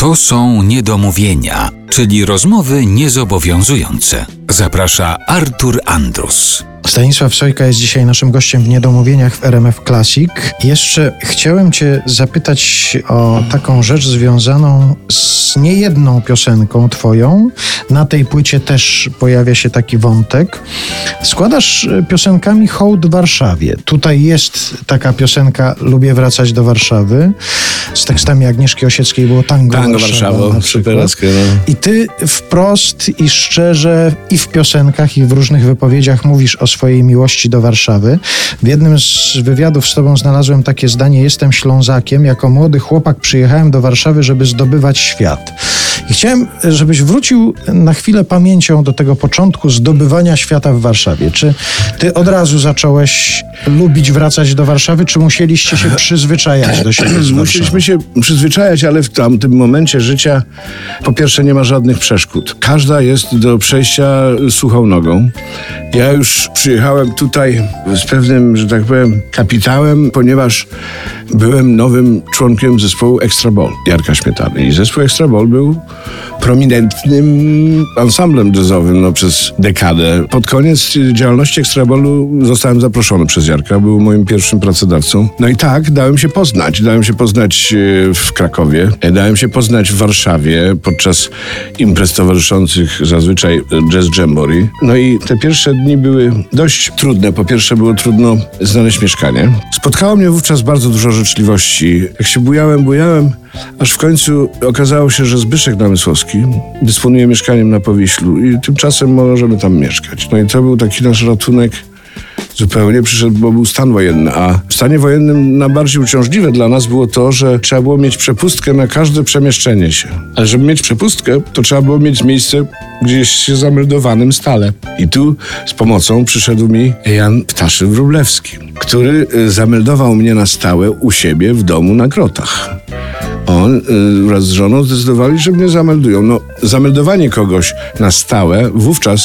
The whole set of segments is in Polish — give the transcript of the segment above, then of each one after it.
To są niedomówienia, czyli rozmowy niezobowiązujące. Zaprasza Artur Andrus. Stanisław Sojka jest dzisiaj naszym gościem w Niedomówieniach w RMF Classic. Jeszcze chciałem Cię zapytać o taką rzecz związaną z niejedną piosenką Twoją. Na tej płycie też pojawia się taki wątek. Składasz piosenkami hołd Warszawie. Tutaj jest taka piosenka Lubię wracać do Warszawy. Z tekstami Agnieszki Osieckiej było Tango Warszawa. Superowskie, no. I Ty wprost i szczerze i w piosenkach, i w różnych wypowiedziach mówisz o swojej miłości do Warszawy. W jednym z wywiadów z Tobą znalazłem takie zdanie: jestem Ślązakiem, jako młody chłopak przyjechałem do Warszawy, żeby zdobywać świat. I chciałem, żebyś wrócił na chwilę pamięcią do tego początku zdobywania świata w Warszawie. Czy Ty od razu zacząłeś lubić wracać do Warszawy, czy musieliście się przyzwyczajać do siebie? Musieliśmy się przyzwyczajać, ale w tamtym momencie życia po pierwsze nie ma żadnych przeszkód. Każda jest do przejścia suchą nogą. Ja już przyjechałem tutaj z pewnym, że tak powiem, kapitałem, ponieważ byłem nowym członkiem zespołu Extra Ball Jarka Śmietany. I zespół Extra Ball był prominentnym ansamblem jazzowym przez dekadę. Pod koniec działalności Extra Ballu zostałem zaproszony przez Jarka, był moim pierwszym pracodawcą. No i tak, dałem się poznać. Dałem się poznać w Krakowie, dałem się poznać w Warszawie podczas imprez towarzyszących zazwyczaj Jazz Jamboree. No i te pierwsze dni były dość trudne. Po pierwsze było trudno znaleźć mieszkanie. Spotkało mnie wówczas bardzo dużo życzliwości. Jak się bujałem, aż w końcu okazało się, że Zbyszek Namysłowski dysponuje mieszkaniem na Powiślu i tymczasem możemy tam mieszkać. No i to był taki nasz ratunek. Zupełnie przyszedł, bo był stan wojenny, a w stanie wojennym najbardziej uciążliwe dla nas było to, że trzeba było mieć przepustkę na każde przemieszczenie się. Ale żeby mieć przepustkę, to trzeba było mieć miejsce gdzieś się zameldowanym stale. I tu z pomocą przyszedł mi Jan Ptaszy-Wróblewski, który zameldował mnie na stałe u siebie w domu na Grotach. On wraz z żoną zdecydowali, że mnie zameldują. No, zameldowanie kogoś na stałe wówczas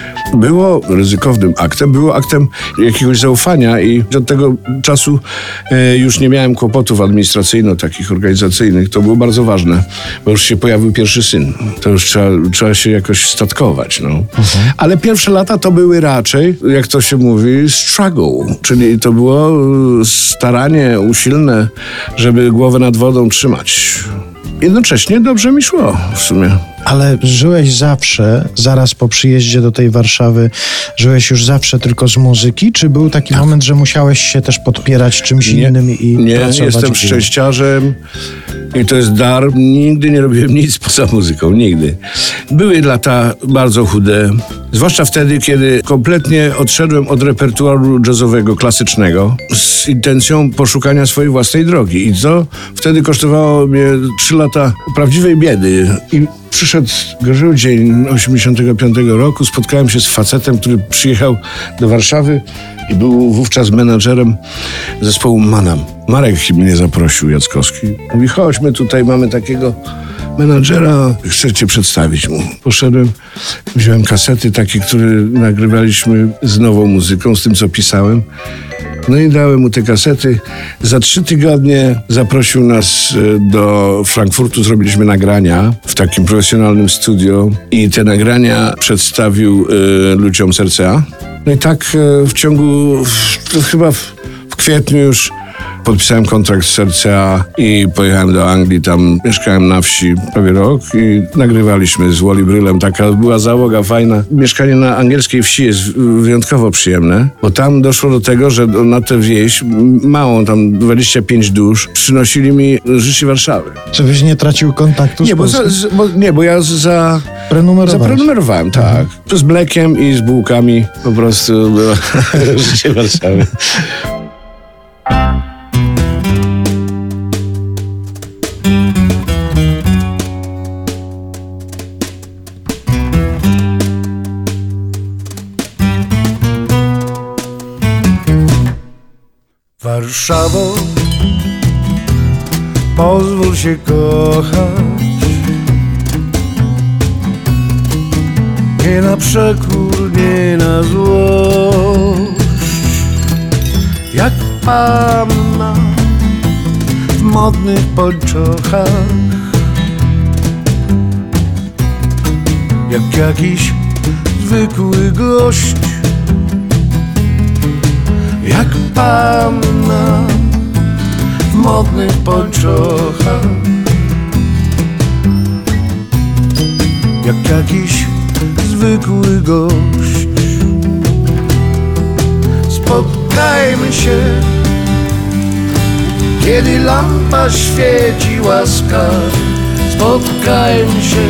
było ryzykownym aktem, było aktem jakiegoś zaufania i od tego czasu już nie miałem kłopotów administracyjno-takich organizacyjnych. To było bardzo ważne, bo już się pojawił pierwszy syn. To już trzeba się jakoś statkować. No. Ale pierwsze lata to były raczej, jak to się mówi, struggle, czyli to było staranie usilne, żeby głowę nad wodą trzymać. Jednocześnie dobrze mi szło w sumie. Ale żyłeś zawsze, zaraz po przyjeździe do tej Warszawy, żyłeś już zawsze tylko z muzyki? Czy był taki moment, że musiałeś się też podpierać czymś innym i pracować? Nie, jestem szczęściarzem i to jest dar. Nigdy nie robiłem nic poza muzyką, nigdy. Były lata bardzo chude, zwłaszcza wtedy, kiedy kompletnie odszedłem od repertuaru jazzowego, klasycznego, z intencją poszukania swojej własnej drogi. I co wtedy kosztowało mnie 3 lata prawdziwej biedy. I przyszedł grudzień 85 roku, spotkałem się z facetem, który przyjechał do Warszawy i był wówczas menadżerem zespołu Manam. Marek mnie zaprosił, Jackowski. Mówi, chodź, my tutaj mamy takiego menadżera, chcę cię przedstawić mu. Poszedłem, wziąłem kasety takie, które nagrywaliśmy z nową muzyką, z tym, co pisałem. No i dałem mu te kasety. Za 3 tygodnie zaprosił nas do Frankfurtu. Zrobiliśmy nagrania w takim profesjonalnym studio i te nagrania przedstawił ludziom z RCA. No i tak w ciągu, chyba w kwietniu już podpisałem kontrakt z RCA i pojechałem do Anglii. Tam mieszkałem na wsi prawie rok i nagrywaliśmy z Wally Brylem. Taka była załoga fajna. Mieszkanie na angielskiej wsi jest wyjątkowo przyjemne, bo tam doszło do tego, że na tę wieś, małą tam 25 dusz, przynosili mi życie Warszawy. Żebyś nie tracił kontaktu z Polską? Bo ja zaprenumerowałem, tak. Z mlekiem i z bułkami po prostu było życie Warszawy. Warszawo, pozwól się kochać, nie na przekór, nie na złość. Jak panna w modnych pończochach jakiś zwykły gość, jak panna w modnych pończochach, jak jakiś zwykły gość. Spotkajmy się, kiedy lampa świeci łaskawie. Spotkajmy się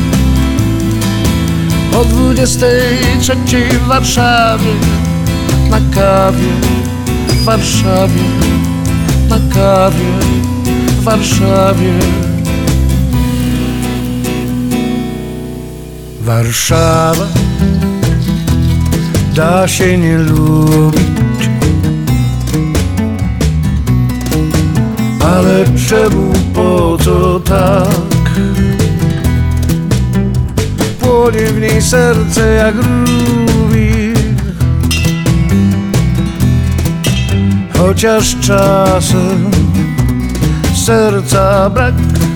o 23 w Warszawie, na kawie w Warszawie, na kawie w Warszawie. Warszawa da się nie lubić, ale czemu, po co tak? Płonie w niej serce jak rubin, chociaż czasem serca brak.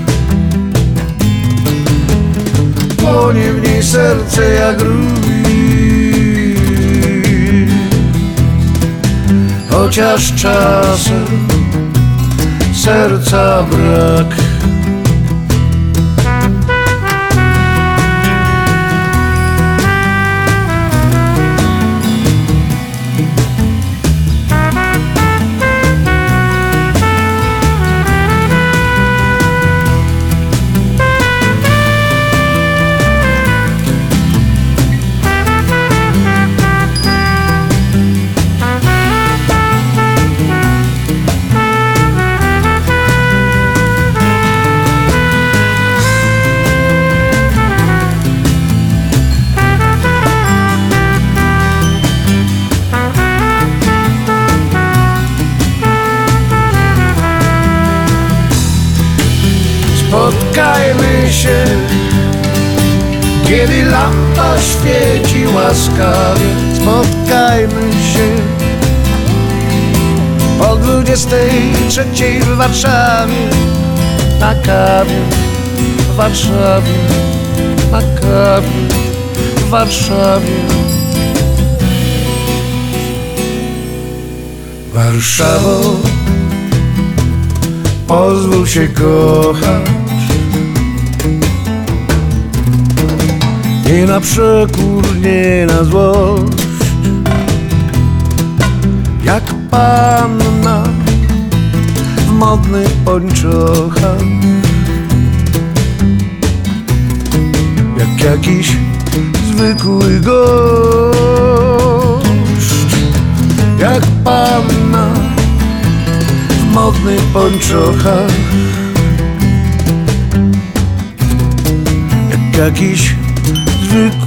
Płonie w niej serce jak rubin, chociaż czasem serca brak. Spotkajmy się, kiedy lampa świeci łaskawie. Spotkajmy się o 23 w Warszawie, na kawie w Warszawie, na kawie w Warszawie. Warszawo, pozwól się kochać, nie na przekór, nie na złość, jak panna w modnych pończochach, jak jakiś zwykły gość, jak panna w modnych pończochach, jak jakiś zwykły